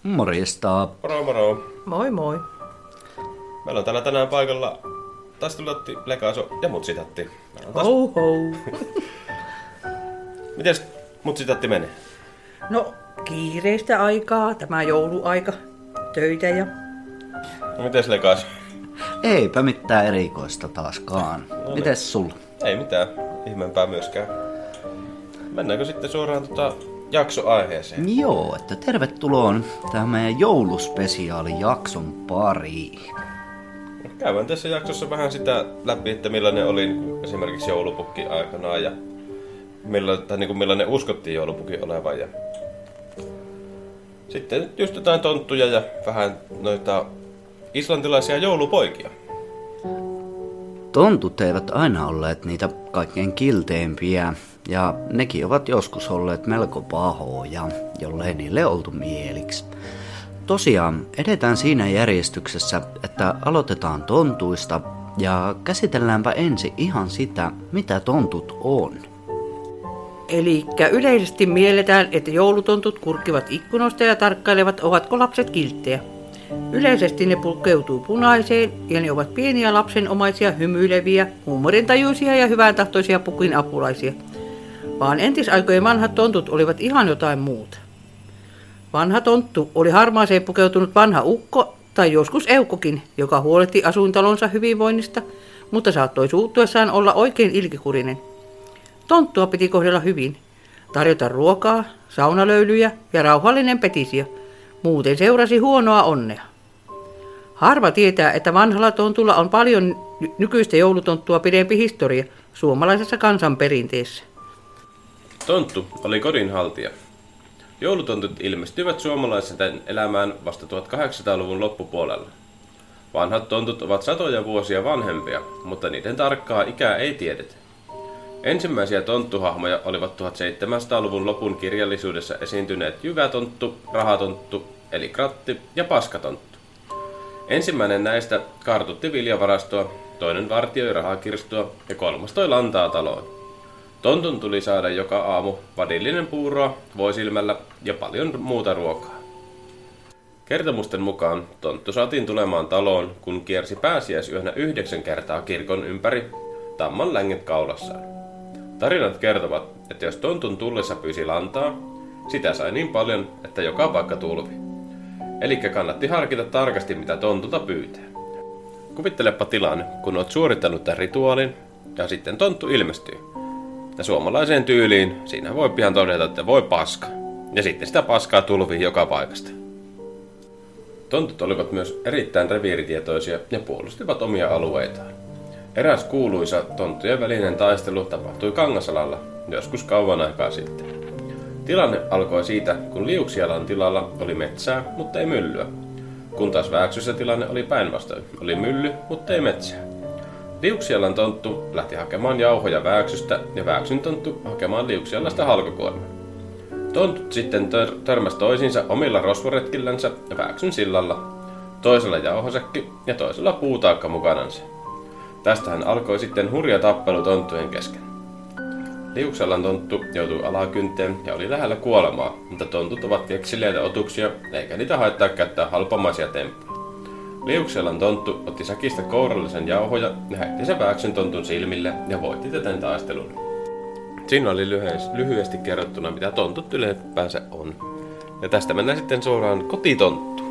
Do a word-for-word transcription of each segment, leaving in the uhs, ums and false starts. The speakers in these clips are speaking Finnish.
Morjesta. Moro moro. Moi moi. Meillä on täällä tänään paikalla Taistulatti, Lekaso ja Mutsitatti. Taas... Ho ho. Mites Mutsitatti menee? No kiireistä aikaa, tämä jouluaika, töitä ja... No mites Lekaso? Eipä mitään erikoista taaskaan. No niin. Mites sulla? Ei mitään ihmeempää myöskään. Mennäänkö sitten suoraan tota jaksoaiheeseen? Joo, että tervetuloa tähän meidän jouluspesiaalijakson pariin. Käydään tässä jaksossa vähän sitä läpi, että millainen oli esimerkiksi joulupukki aikanaan ja millainen, tai niin kuin millainen uskottiin joulupukin olevan. Ja sitten just jotain tonttuja ja vähän noita islantilaisia joulupoikia. Tontut eivät aina olleet niitä kaikkein kilteimpiä, ja nekin ovat joskus olleet melko pahoja, jollei niille oltu mieliksi. Tosiaan, edetään siinä järjestyksessä, että aloitetaan tontuista ja käsitelläänpä ensin ihan sitä, mitä tontut on. Elikkä yleisesti mielletään, että joulutontut kurkkivat ikkunoista ja tarkkailevat, ovatko lapset kilttejä. Yleisesti ne pukeutuu punaiseen ja ne ovat pieniä lapsenomaisia, hymyileviä, huumorintajuisia ja hyvän tahtoisia pukin apulaisia. Vaan entisaikojen vanhat tontut olivat ihan jotain muuta. Vanha tonttu oli harmaaseen pukeutunut vanha ukko tai joskus eukkokin, joka huolehti asuintalonsa hyvinvoinnista, mutta saattoi suuttuessaan olla oikein ilkikurinen. Tonttua piti kohdella hyvin, tarjota ruokaa, saunalöylyjä ja rauhallinen petisio. Muuten seurasi huonoa onnea. Harva tietää, että vanhalla tontulla on paljon nykyistä joulutonttua pidempi historia suomalaisessa kansanperinteessä. Tonttu oli kodinhaltija. Joulutontut ilmestyivät suomalaisten elämään vasta tuhatkahdeksansataaluvun loppupuolella. Vanhat tontut ovat satoja vuosia vanhempia, mutta niiden tarkkaa ikää ei tiedetä. Ensimmäisiä tonttuhahmoja olivat tuhatseitsemänsataaluvun lopun kirjallisuudessa esiintyneet jyvätonttu, rahatonttu, eli kratti ja paskatonttu. Ensimmäinen näistä kartutti viljavarastoa, toinen vartioi rahakirstua ja kolmas toi lantaa taloon. Tontun tuli saada joka aamu vadillinen puuroa, voisilmällä ja paljon muuta ruokaa. Kertomusten mukaan tonttu saatiin tulemaan taloon, kun kiersi pääsiäisyönä yhdeksän kertaa kirkon ympäri, tamman länget kaulassaan. Tarinat kertovat, että jos tontun tullessa pyysi lantaa, sitä sai niin paljon, että joka paikka tulvi. Elikkä kannatti harkita tarkasti, mitä tontulta pyytää. Kuvittelepa tilanne, kun olet suorittanut tämän rituaalin, ja sitten tonttu ilmestyy. Ja suomalaiseen tyyliin siinä voi pian todeta, että voi paska. Ja sitten sitä paskaa tulvii joka paikasta. Tontut olivat myös erittäin reviiritietoisia ja puolustivat omia alueitaan. Eräs kuuluisa tonttujen välinen taistelu tapahtui Kangasalalla joskus kauan aikaa sitten. Tilanne alkoi siitä, kun Liuksialan tilalla oli metsää, mutta ei myllyä. Kun taas Vääksyssä tilanne oli päinvastoin, oli mylly, mutta ei metsää. Liuksialan tonttu lähti hakemaan jauhoja Vääksystä ja Vääksyn tonttu hakemaan Liuksialasta halkokuorman. Tontut sitten tör- törmäsi toisiinsa omilla rosvoretkillänsä ja Vääksyn sillalla, toisella jauhosäkki ja toisella puutaakka mukanansa. Tästähän alkoi sitten hurja tappelu tonttujen kesken. Liuksalan tonttu joutui alakynteen ja oli lähellä kuolemaa, mutta tontut ovat kekseliäitä otuksia eikä niitä haittaa käyttää halpamaisia temppuja. Liuksalan tonttu otti säkistä kourallisen jauhoja ja heitti sen Vääksyn tontun silmille ja voitti täten taistelun. Siinä oli lyhyesti kerrottuna, mitä tontut ylipäänsä on. Ja tästä mennään sitten suoraan kotitonttuun.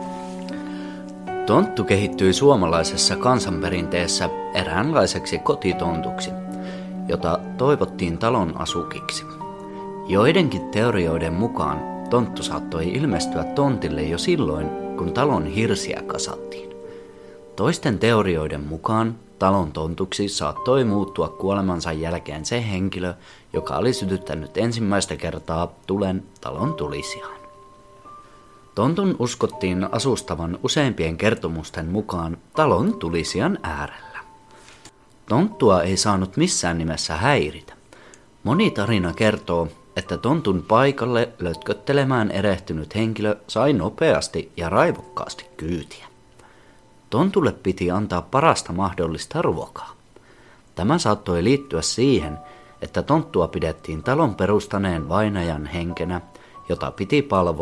Tonttu kehittyi suomalaisessa kansanperinteessä eräänlaiseksi kotitontuksi, jota toivottiin talon asukiksi. Joidenkin teorioiden mukaan tonttu saattoi ilmestyä tontille jo silloin, kun talon hirsiä kasattiin. Toisten teorioiden mukaan talon tontuksi saattoi muuttua kuolemansa jälkeen se henkilö, joka oli sytyttänyt ensimmäistä kertaa tulen talon tulisijaan. Tontun uskottiin asustavan useimpien kertomusten mukaan talon tulisijan äärellä. Tonttua ei saanut missään nimessä häiritä. Moni tarina kertoo, että tontun paikalle lötköttelemään erehtynyt henkilö sai nopeasti ja raivokkaasti kyytiä. Tontulle piti antaa parasta mahdollista ruokaa. Tämä saattoi liittyä siihen, että tonttua pidettiin talon perustaneen vainajan henkenä, jota piti palvoa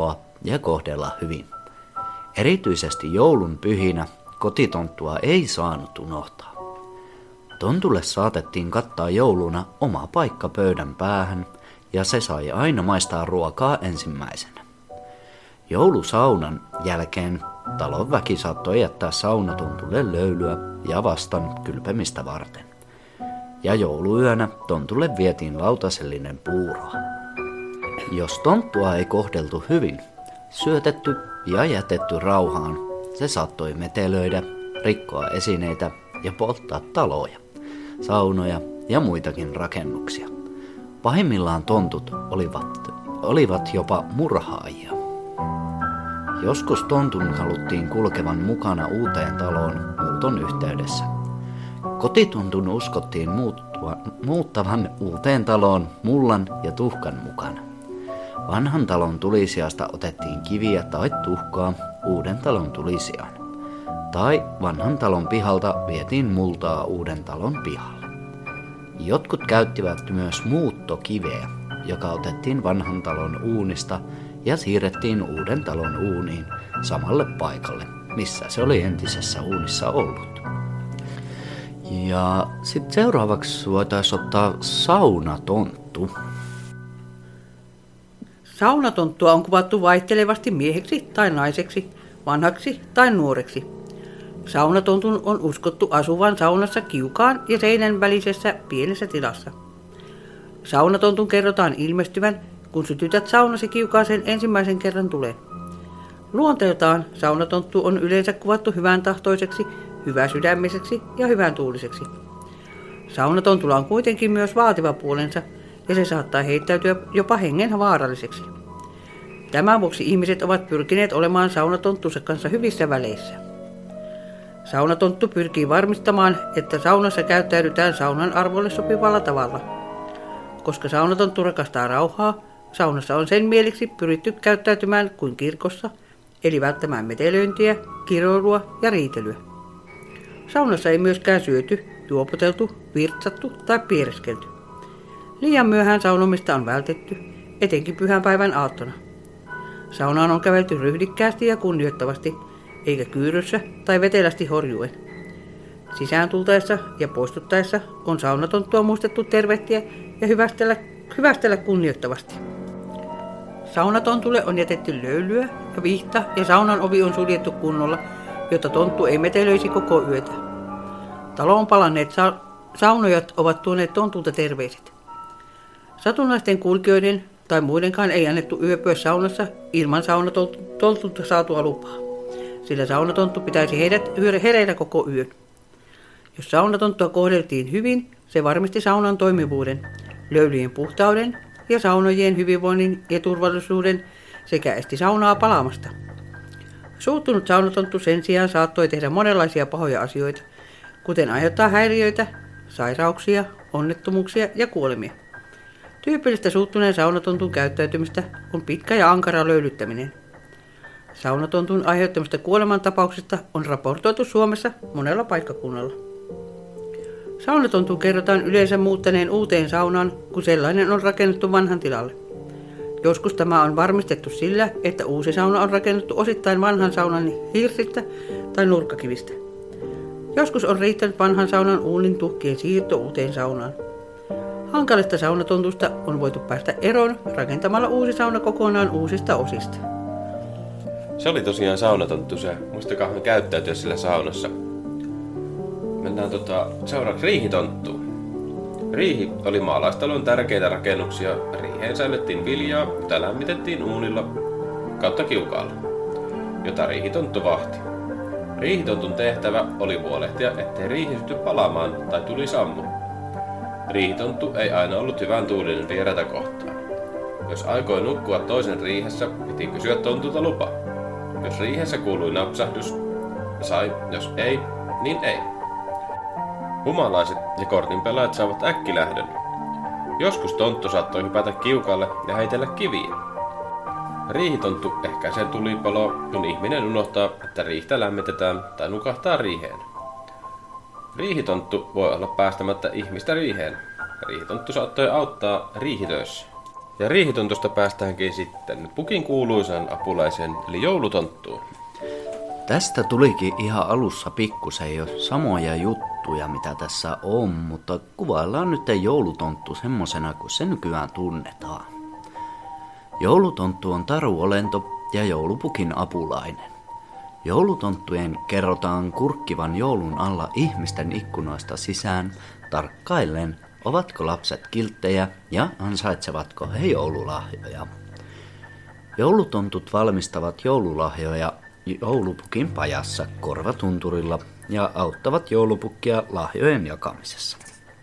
ja kohdella hyvin. Erityisesti joulun pyhinä kotitonttua ei saanut unohtaa. Tontulle saatettiin kattaa jouluna oma paikka pöydän päähän, ja se sai aina maistaa ruokaa ensimmäisenä. Joulusaunan jälkeen talon väki saattoi jättää saunatontulle löylyä ja vastan kylpemistä varten. Ja jouluyönä tontulle vietiin lautasellinen puuroa. Jos tonttua ei kohdeltu hyvin, syötetty ja jätetty rauhaan, se saattoi metelöidä, rikkoa esineitä ja polttaa taloja, saunoja ja muitakin rakennuksia. Pahimmillaan tontut olivat, olivat jopa murhaajia. Joskus tontun haluttiin kulkevan mukana uuteen taloon muuton yhteydessä. Kotitontun uskottiin muuttua, muuttavan uuteen taloon mullan ja tuhkan mukana. Vanhan talon tulisijasta otettiin kiviä tai tuhkaa uuden talon tulisijaan. Tai vanhan talon pihalta vietiin multaa uuden talon pihalle. Jotkut käyttivät myös muuttokiveä, joka otettiin vanhan talon uunista ja siirrettiin uuden talon uuniin samalle paikalle, missä se oli entisessä uunissa ollut. Ja sitten seuraavaksi voitaisiin ottaa saunatonttu. Saunatonttua on kuvattu vaihtelevasti mieheksi tai naiseksi, vanhaksi tai nuoreksi. Saunatontun on uskottu asuvan saunassa kiukaan ja seinän välisessä pienessä tilassa. Saunatontun kerrotaan ilmestyvän, kun sytytät saunasi kiukaaseen ensimmäisen kerran tuleen. Luonteeltaan saunatonttu on yleensä kuvattu hyvän tahtoiseksi, hyväsydämiseksi ja hyvän tuuliseksi. Saunatontulla on kuitenkin myös vaativa puolensa, ja se saattaa heittäytyä jopa hengen vaaralliseksi. Tämän vuoksi ihmiset ovat pyrkineet olemaan saunatonttunsa kanssa hyvissä väleissä. Saunatonttu pyrkii varmistamaan, että saunassa käyttäydytään saunan arvolle sopivalla tavalla. Koska saunatonttu rakastaa rauhaa, saunassa on sen mieliksi pyritty käyttäytymään kuin kirkossa, eli välttämään metelöintiä, kiroilua ja riitelyä. Saunassa ei myöskään syöty, juopoteltu, virtsattu tai piereskelty. Liian myöhään saunomista on vältetty, etenkin pyhänpäivän aattona. Saunaan on kävelty ryhdikkäästi ja kunnioittavasti, eikä kyyryssä tai vetelästi horjuen. Sisään tultaessa ja poistuttaessa on saunatonttua muistettu tervehtiä ja hyvästellä, hyvästellä kunnioittavasti. Saunatontulle on jätetty löylyä ja vihta ja saunan ovi on suljettu kunnolla, jotta tonttu ei metelöisi koko yötä. Taloon palanneet sa- saunojat ovat tuoneet tontulta terveiset. Satunnaisten kulkijoiden tai muidenkaan ei annettu yöpyä saunassa ilman saunatontulta saatua lupaa, sillä saunatonttu pitäisi heidät hereillä koko yön. Jos saunatonttua kohdeltiin hyvin, se varmisti saunan toimivuuden, löylyjen puhtauden ja saunojen hyvinvoinnin ja turvallisuuden sekä esti saunaa palaamasta. Suuttunut saunatonttu sen sijaan saattoi tehdä monenlaisia pahoja asioita, kuten aiheuttaa häiriöitä, sairauksia, onnettomuuksia ja kuolemia. Tyypillistä suuttuneen saunatontun käyttäytymistä on pitkä ja ankara löylyttäminen. Saunatontun aiheuttamista kuolemantapauksista on raportoitu Suomessa monella paikkakunnalla. Saunatontun kerrotaan yleensä muuttaneen uuteen saunaan, kun sellainen on rakennettu vanhan tilalle. Joskus tämä on varmistettu sillä, että uusi sauna on rakennettu osittain vanhan saunan hirsistä tai nurkkakivistä. Joskus on riittänyt vanhan saunan uunin tuhkien siirto uuteen saunaan. Hankalista saunatontusta on voitu päästä eroon rakentamalla uusi sauna kokonaan uusista osista. Se oli tosiaan saunatonttu se. Muistakaa käyttäytyä sillä saunassa. Mennään tota, seuraavaksi riihitonttuun. Riihi oli maalaistalon tärkeitä rakennuksia. Riiheen säilyttiin viljaa, jota lämmitettiin uunilla kautta kiukaalla, jota riihitonttu vahti. Riihitontun tehtävä oli huolehtia, ettei riihi syty palaamaan tai tuli sammu. Riihitonttu ei aina ollut hyvän tuulinen vieraita kohtaan. Jos aikoi nukkua toisen riihessä, piti kysyä tontulta lupa. Jos riihessä kuului napsahdus, sai, jos ei, niin ei. Humalaiset ja kortinpelaajat saavat äkkilähdön. Joskus tonttu saattoi hypätä kiukalle ja heitellä kiviä. Riihitonttu ehkäisee tulipaloa, kun ihminen unohtaa, että riihtä lämmitetään tai nukahtaa riiheen. Riihitonttu voi olla päästämättä ihmistä riiheen. Riihitonttu saattoi auttaa riihitöissä. Ja riihitontusta päästäänkin sitten pukin kuuluisaan apulaiseen eli joulutonttuun. Tästä tulikin ihan alussa pikkusen jo samoja juttuja, mitä tässä on, mutta kuvaillaan nyt joulutonttu semmosena, kuin se nykyään tunnetaan. Joulutonttu on taruolento ja joulupukin apulainen. Joulutonttujen kerrotaan kurkkivan joulun alla ihmisten ikkunoista sisään tarkkaillen, ovatko lapset kilttejä ja ansaitsevatko he joululahjoja. Joulutontut valmistavat joululahjoja joulupukin pajassa korvatunturilla ja auttavat joulupukkia lahjojen jakamisessa.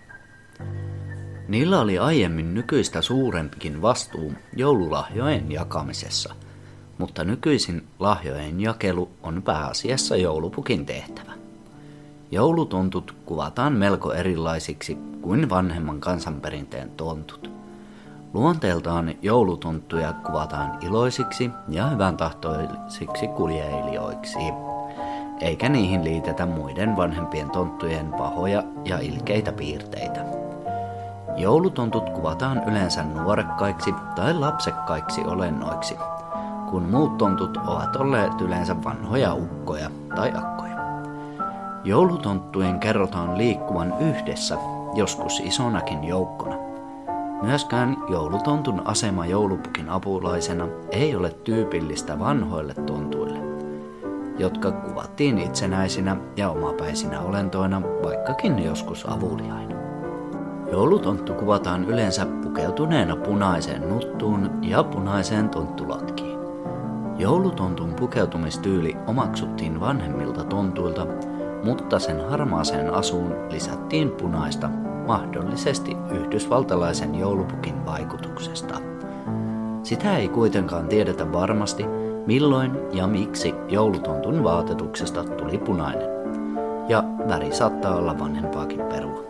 Niillä oli aiemmin nykyistä suurempikin vastuu joululahjojen jakamisessa, mutta nykyisin lahjojen jakelu on pääasiassa joulupukin tehtävä. Joulutontut kuvataan melko erilaisiksi kuin vanhemman kansanperinteen tontut. Luonteeltaan joulutonttuja kuvataan iloisiksi ja hyvän tahtoisiksi kuljeilijoiksi, eikä niihin liitetä muiden vanhempien tonttujen pahoja ja ilkeitä piirteitä. Joulutontut kuvataan yleensä nuorekkaiksi tai lapsekkaiksi olennoiksi, kun muut tontut ovat olleet yleensä vanhoja ukkoja tai akkoja. Joulutonttujen kerrotaan liikkuvan yhdessä, joskus isonakin joukkona. Myöskään joulutontun asema joulupukin apulaisena ei ole tyypillistä vanhoille tontuille, jotka kuvattiin itsenäisinä ja omapäisinä olentoina, vaikkakin joskus avuliaina. Joulutonttu kuvataan yleensä pukeutuneena punaiseen nuttuun ja punaiseen tonttulotkiin. Joulutontun pukeutumistyyli omaksuttiin vanhemmilta tontuilta, mutta sen harmaaseen asuun lisättiin punaista, mahdollisesti yhdysvaltalaisen joulupukin vaikutuksesta. Sitä ei kuitenkaan tiedetä varmasti, milloin ja miksi joulutontun vaatetuksesta tuli punainen, ja väri saattaa olla vanhempaakin perua.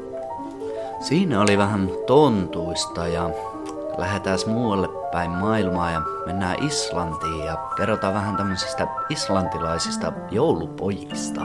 Siinä oli vähän tontuista ja lähdetään muualle päin maailmaa ja mennään Islantiin ja kerrotaan vähän tämmöisistä islantilaisista joulupojista.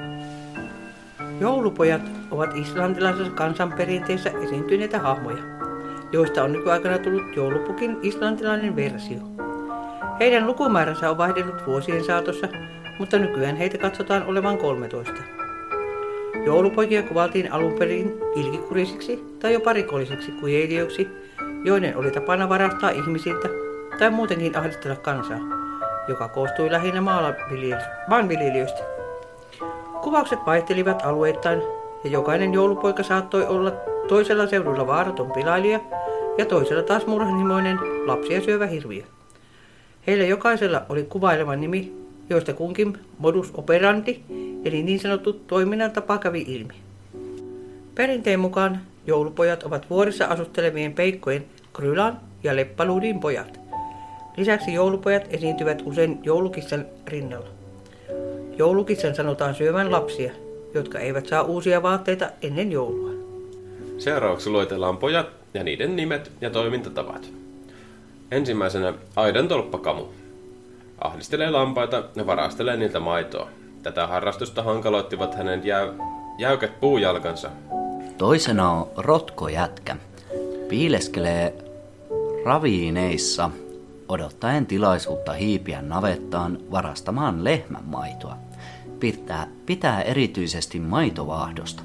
Joulupojat ovat islantilaisessa kansanperinteessä esiintyneitä hahmoja, joista on nykyaikana tullut joulupukin islantilainen versio. Heidän lukumääränsä on vaihdellut vuosien saatossa, mutta nykyään heitä katsotaan olevan kolmetoista. Joulupoikia kuvaltiin alun perin ilkikurisiksi tai jopa rikollisiksi kujeilijoiksi, joiden oli tapana varastaa ihmisiltä tai muutenkin ahdistella kansaa, joka koostui lähinnä maanviljelijöistä. Kuvaukset vaihtelivat alueittain ja jokainen joulupoika saattoi olla toisella seudulla vaaraton pilailija ja toisella taas murhanhimoinen lapsia syövä hirviö. Heillä jokaisella oli kuvaileva nimi, joista kunkin modus operandi eli niin sanottu toiminnan tapa kävi ilmi. Perinteen mukaan joulupojat ovat vuorissa asustelevien peikkojen Krylan ja Leppaluudin pojat. Lisäksi joulupojat esiintyvät usein joulukissan rinnalla. Joulukissan sanotaan syövän lapsia, jotka eivät saa uusia vaatteita ennen joulua. Seuraavaksi luetellaan pojat ja niiden nimet ja toimintatavat. Ensimmäisenä aidan tolppakamu. Ahdistelee lampaita ja varastelee niiltä maitoa. Tätä harrastusta hankaloittivat hänen jäy- jäykät puujalkansa. Toisena on rotkojätkä. Piileskelee raviineissa odottaen tilaisuutta hiipiä navettaan varastamaan lehmän maitoa. Pitää, pitää erityisesti maitovaahdosta.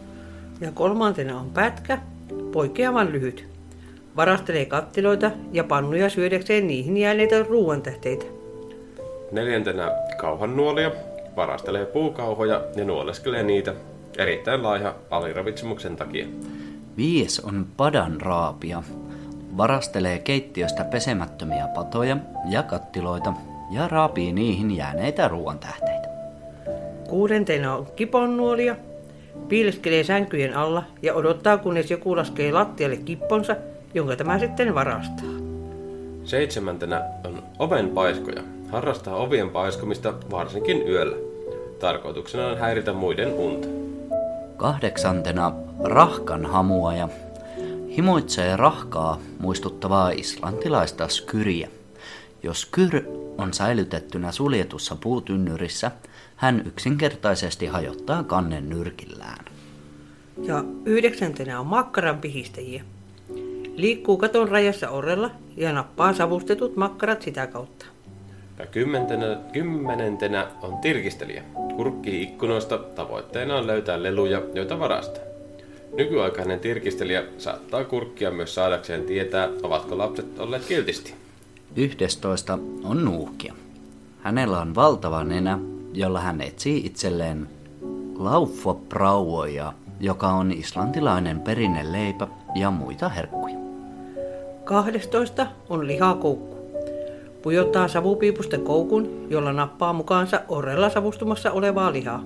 Ja kolmantena on pätkä, poikkeavan lyhyt. Varastelee kattiloita ja pannuja syödäkseen niihin jääneitä ruoantähteitä. Neljäntenä kauhannuolija. Varastelee puukauhoja ja nuoleskelee niitä, erittäin laiha aliravitsemuksen takia. Viides on padanraapia. Varastelee keittiöstä pesemättömiä patoja ja kattiloita ja raapii niihin jääneitä ruoantähteitä. Kuudentena on kiponnuolija. Piileskelee sänkyjen alla ja odottaa, kunnes joku laskee lattialle kipponsa, jonka tämä sitten varastaa. Seitsemäntenä on ovenpaiskoja. Harrastaa ovien paiskomista varsinkin yöllä. Tarkoituksena on häiritä muiden unta. Kahdeksantena rahkan hamuaja. Himoitsee rahkaa muistuttavaa islantilaista skyriä. Jos skyr on säilytettynä suljetussa puutynnyrissä, hän yksinkertaisesti hajottaa kannen nyrkillään. Ja yhdeksäntenä on makkaran pihistäjiä. liikkuu katon rajassa orrella ja nappaa savustetut makkarat sitä kautta. Ja kymmenentenä, kymmenentenä on tirkistelijä. Kurkkii ikkunoista, tavoitteena on löytää leluja, joita varastaa. Nykyaikainen tirkistelijä saattaa kurkkia myös saadakseen tietää, ovatko lapset olleet kiltisti. Yhdestoista on nuuhkija. Hänellä on valtava nenä, jolla hän etsii itselleen lauffabrauoja, joka on islantilainen perinneleipä ja muita herkkuja. Kahdestoista on lihakoukku. Pujottaa savupiipusten koukun, jolla nappaa mukaansa orrella savustumassa olevaa lihaa.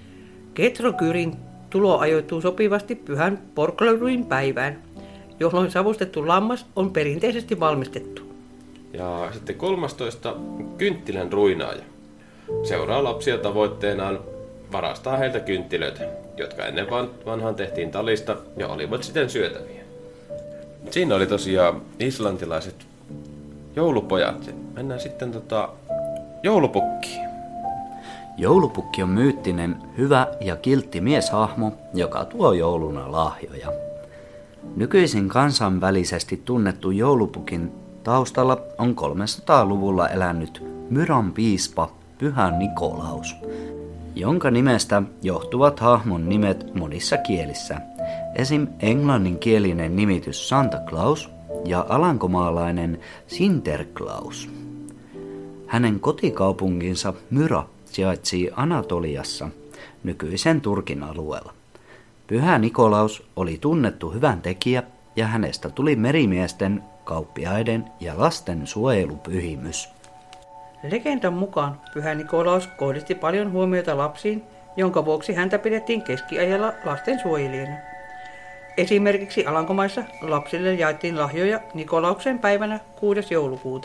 Ketrokyrin tulo ajoittuu sopivasti pyhän Porkleruin päivään, jolloin savustettu lammas on perinteisesti valmistettu. Ja sitten kolmastoista kynttilän ruinaaja. Seuraa lapsia tavoitteenaan varastaa heiltä kynttilöitä, jotka ennen vanhaan tehtiin talista ja olivat siten syötäviä. Siinä oli tosiaan islantilaiset joulupojat. Mennään sitten tota joulupukkiin. Joulupukki on myyttinen, hyvä ja kiltti mieshahmo, joka tuo jouluna lahjoja. Nykyisin kansainvälisesti tunnettu joulupukin taustalla on kolmesataaluvulla elänyt Myran piispa Pyhä Nikolaus, jonka nimestä johtuvat hahmon nimet monissa kielissä, esim. Englanninkielinen nimitys Santa Claus ja alankomaalainen Sinterklaas. Hänen kotikaupunginsa Myra sijaitsi Anatoliassa, nykyisen Turkin alueella. Pyhä Nikolaus oli tunnettu hyvän tekijä ja hänestä tuli merimiesten, kauppiaiden ja lasten suojelupyhimys. Legendan mukaan Pyhä Nikolaus kohdisti paljon huomiota lapsiin, jonka vuoksi häntä pidettiin keskiajalla lasten suojelijana. Esimerkiksi Alankomaissa lapsille jaettiin lahjoja Nikolauksen päivänä kuudes joulukuuta.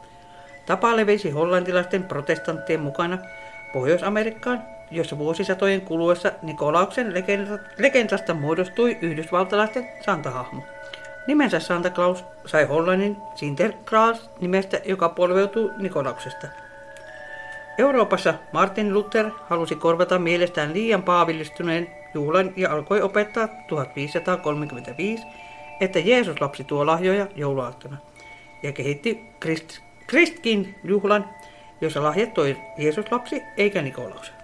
Tapa levisi hollantilaisten protestanttien mukana Pohjois-Amerikkaan, jossa vuosisatojen kuluessa Nikolauksen legendasta muodostui yhdysvaltalaisten Santa-hahmo. Nimensä Santa Claus sai Hollannin Sinterklaas nimestä, joka polveutuu Nikolauksesta. Euroopassa Martin Luther halusi korvata mielestään liian paavillistuneen juhlan ja alkoi opettaa tuhatviisisataakolmekymmentäviisi, että Jeesus lapsi tuo lahjoja jouluaattona, ja kehitti Krist, Kristkin juhlan, jossa lahjat toi Jeesus lapsi eikä Nikolaus.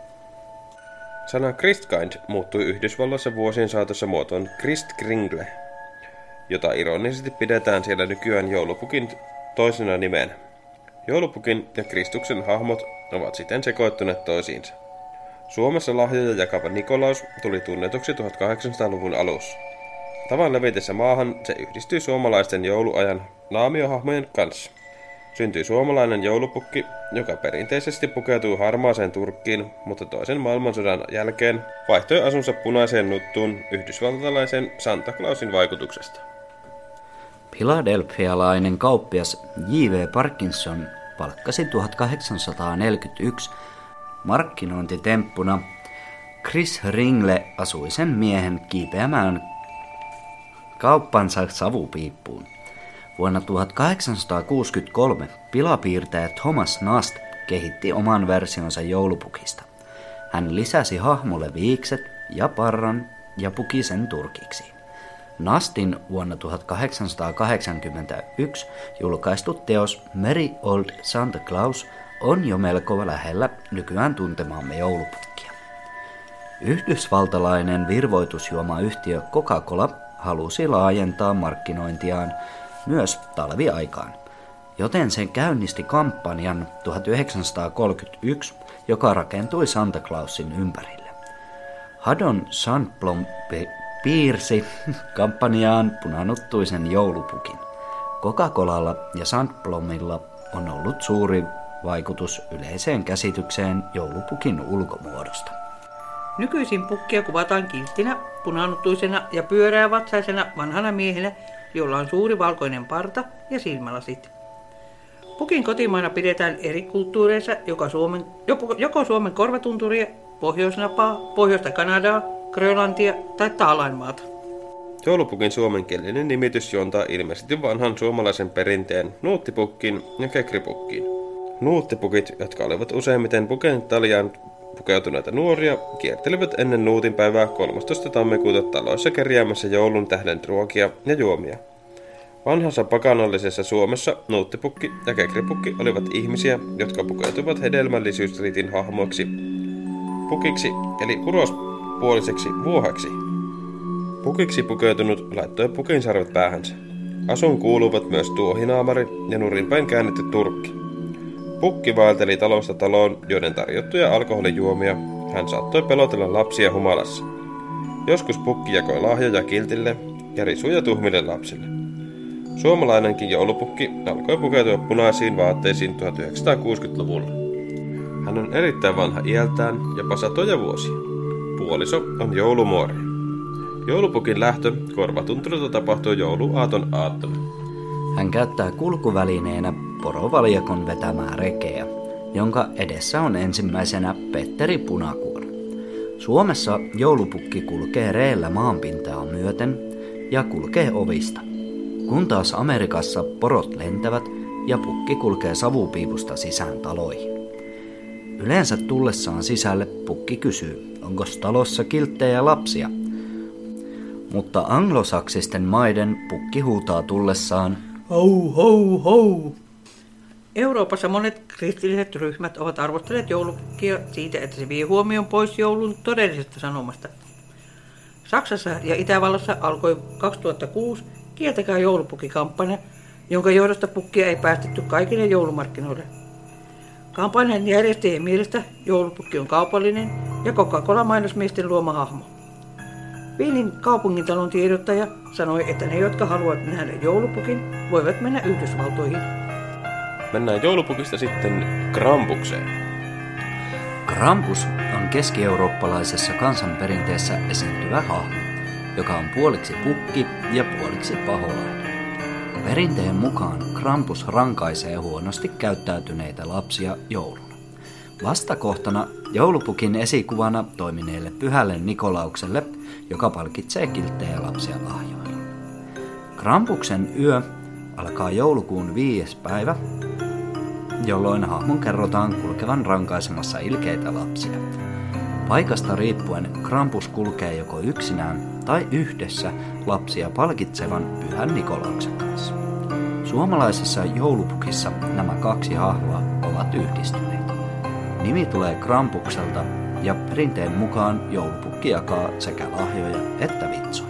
Sana Christkind muuttui Yhdysvalloissa vuosien saatossa muotoon Christkringle, jota ironisesti pidetään siellä nykyään joulupukin toisena nimenä. Joulupukin ja Kristuksen hahmot ovat siten sekoittuneet toisiinsa. Suomessa lahjoja jakava Nikolaus tuli tunnetuksi tuhatkahdeksansataaluvun alussa. Tavan levitessä maahan se yhdistyi suomalaisten jouluajan naamiohahmojen kanssa. Syntyi suomalainen joulupukki, joka perinteisesti pukeutuu harmaaseen turkkiin, mutta toisen maailmansodan jälkeen vaihtoi asunsa punaiseen nuttuun yhdysvaltalaisen Santa Clausin vaikutuksesta. Philadelphialainen kauppias J V Parkinson palkkasi tuhatkahdeksansataaneljäkymmentäyksi markkinointitemppuna Chris Ringle asuisen miehen kiipeämään kauppansa savupiippuun. Vuonna tuhatkahdeksansataakuusikymmentäkolme pilapiirtäjä Thomas Nast kehitti oman versionsa joulupukista. Hän lisäsi hahmolle viikset ja parran ja puki sen turkiksi. Nastin vuonna tuhatkahdeksansataakahdeksankymmentäyksi julkaistu teos Merry Old Santa Claus on jo melko lähellä nykyään tuntemaamme joulupukkia. Yhdysvaltalainen virvoitusjuomayhtiö Coca-Cola halusi laajentaa markkinointiaan myös talviaikaan, joten se käynnisti kampanjan tuhatyhdeksänsataakolmekymmentäyksi, joka rakentui Santa Clausin ympärille. Haddon Sundblom piirsi kampanjaan punanuttuisen joulupukin. Coca-Colalla ja Sundblomilla on ollut suuri vaikutus yleiseen käsitykseen joulupukin ulkomuodosta. Nykyisin pukkia kuvataan kilttinä, punanuttuisena ja pyöreävatsaisena vanhana miehenä, jolla on suuri valkoinen parta ja silmälasit. Pukin kotimaana pidetään eri kulttuureissa joko Suomen, joko Suomen korvatunturia, Pohjoisnapaa, Pohjoista Kanadaa, Grönlantia tai Taalainmaata. Joulupukin suomenkielinen nimitys juontaa ilmeisesti vanhan suomalaisen perinteen nuuttipukkiin ja kekripukkiin. Nuuttipukit, jotka olivat useimmiten puken taljaan pukeutuneita nuoria, kiertelivät ennen nuutinpäivää kolmastoista tammikuuta taloissa kerjäämässä joulun tähden ruokia ja juomia. Vanhassa pakanallisessa Suomessa nuuttipukki ja kekripukki olivat ihmisiä, jotka pukeutuivat hedelmällisyysriitin hahmoiksi pukiksi eli urospuoliseksi vuohaksi. Pukiksi pukeutunut laittoi pukin sarvet päähänsä. Asuun kuuluvat myös tuohinaamari ja nurinpäin käännetty turkki. Pukki vaelteli talosta taloon, joiden tarjottuja alkoholijuomia hän saattoi pelotella lapsia humalassa. Joskus pukki jakoi lahjoja kiltille ja risuja tuhmille lapsille. Suomalainenkin joulupukki alkoi pukeutua punaisiin vaatteisiin tuhatyhdeksänsataakuusikymmentäluvulla. Hän on erittäin vanha iältään, jopa satoja vuosia. Puoliso on joulumuori. Joulupukin lähtö Korvatunturilta tapahtuu jouluaaton aattona. Hän käyttää kulkuvälineenä porovaljakon vetämää rekeä, jonka edessä on ensimmäisenä Petteri Punakuori. Suomessa joulupukki kulkee reellä maanpintaa myöten ja kulkee ovista, kun taas Amerikassa porot lentävät ja pukki kulkee savupiipusta sisään taloihin. Yleensä tullessaan sisälle pukki kysyy, onko talossa kilttejä lapsia, mutta anglosaksisten maiden pukki huutaa tullessaan hou hou hou. Euroopassa monet kristilliset ryhmät ovat arvostelleet joulupukkia siitä, että se vie huomion pois joulun todellisesta sanomasta. Saksassa ja Itävallassa alkoi kaksituhattakuusi Kieltäkää joulupukki-kampanja, jonka johdosta pukkia ei päästetty kaikille joulumarkkinoille. Kampanjan järjestäjien mielestä joulupukki on kaupallinen ja Coca-Cola-mainosmiesten luoma hahmo. Wienin kaupungintalon tiedottaja sanoi, että ne, jotka haluavat nähdä joulupukin, voivat mennä Yhdysvaltoihin. Mennään joulupukista sitten Krampukseen. Krampus on keski-eurooppalaisessa kansanperinteessä esiintyvä hahmo, joka on puoliksi pukki ja puoliksi paholainen. Perinteen mukaan Krampus rankaisee huonosti käyttäytyneitä lapsia jouluna. Vastakohtana joulupukin esikuvana toimineelle pyhälle Nikolaukselle, joka palkitsee kilttejä lapsia lahjoilla. Krampuksen yö alkaa joulukuun viides päivä, jolloin hahmon kerrotaan kulkevan rankaisemassa ilkeitä lapsia. Paikasta riippuen Krampus kulkee joko yksinään tai yhdessä lapsia palkitsevan pyhän Nikolauksen kanssa. Suomalaisessa joulupukissa nämä kaksi hahmoa ovat yhdistyneet. Nimi tulee Krampukselta ja perinteen mukaan joulupukki jakaa sekä lahjoja että vitsoja.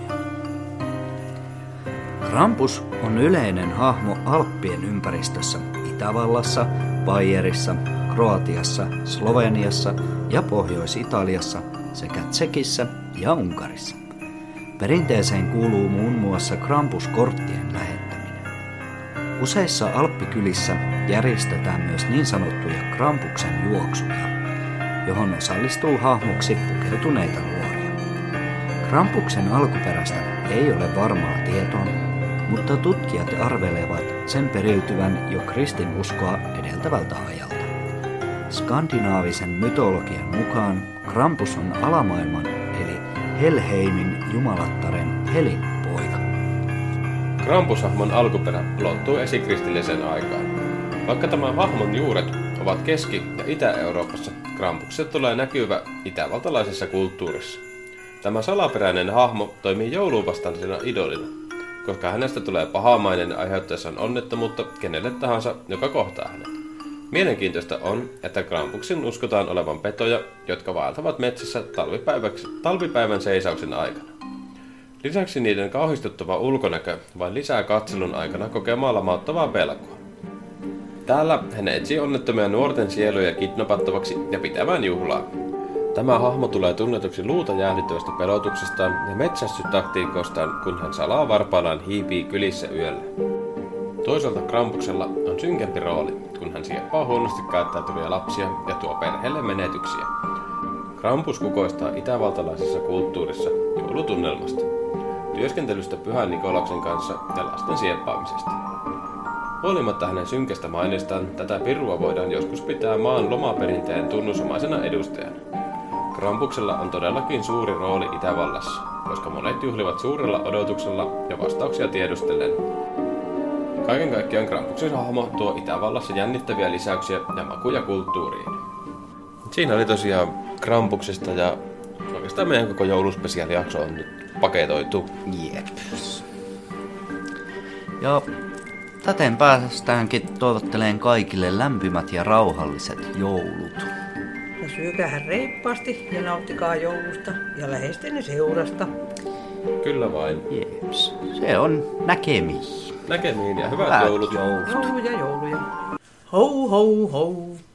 Krampus on yleinen hahmo Alppien ympäristössä Itävallassa, Bayerissa, Kroatiassa, Sloveniassa ja Pohjois-Italiassa sekä Tsekissä ja Unkarissa. Perinteeseen kuuluu muun muassa Krampuskorttien lähettäminen. Useissa alppikylissä järjestetään myös niin sanottuja Krampuksen juoksuja, johon osallistuu hahmoksi pukeutuneita nuoria. Krampuksen alkuperästä ei ole varmaa tietoa, mutta tutkijat arvelevat sen periytyvän jo kristinuskoa edeltävältä ajalta. Skandinaavisen mytologian mukaan Krampus on alamaailman eli Helheimin jumalattaren Helin poika. Krampushahmon alkuperä ulottuu esikristilliseen aikaan. Vaikka tämän hahmon juuret ovat Keski- ja Itä-Euroopassa, Krampukset tulee näkyvä itävaltalaisessa kulttuurissa. Tämä salaperäinen hahmo toimii joulun vastaisena idolina, koska hänestä tulee pahamainen aiheuttaessaan onnettomuutta kenelle tahansa, joka kohtaa hänet. Mielenkiintoista on, että Krampuksen uskotaan olevan petoja, jotka vaeltavat metsissä talvipäivän seisauksen aikana. Lisäksi niiden kauhistuttava ulkonäkö vain lisää katselun aikana kokemalla mauttavaa pelkoa. Täällä hän etsii onnettomia nuorten sieluja kidnapattavaksi ja pitävään juhlaa. Tämä hahmo tulee tunnetuksi luuta jäähdyttävästä pelotuksestaan ja metsästystaktiikoistaan, kun hän salaa varpaillaan hiipii kylissä yöllä. Toisaalta Krampuksella on synkempi rooli, kun hän sieppaa huonosti käyttäytyviä lapsia ja tuo perheelle menetyksiä. Krampus kukoistaa itävaltalaisessa kulttuurissa joulutunnelmasta, työskentelystä pyhän Nikolauksen kanssa ja lasten sieppaamisesta. Huolimatta hänen synkästä mainestaan, tätä pirua voidaan joskus pitää maan lomaperinteen tunnusomaisena edustajana. Krampuksella on todellakin suuri rooli Itävallassa, koska monet juhlivat suurella odotuksella ja vastauksia tiedustellen. Kaiken kaikkiaan Krampuksen hahmo tuo Itävallassa jännittäviä lisäyksiä ja makuja kulttuuriin. Siinä oli tosiaan Krampuksesta ja oikeastaan meidän koko jouluspesiaalijakso on nyt paketoitu. Jep. Ja täten päästäänkin toivottelen kaikille lämpimät ja rauhalliset joulut. Ja syökäähän reippaasti ja nauttikaa joulusta ja läheistenne seurasta. Kyllä vain. Jeps. Se on näkemiin. Näkemiin ja hyvät Hyvät joulut. joulut. Jouluja, jouluja. Hou, hou, hou.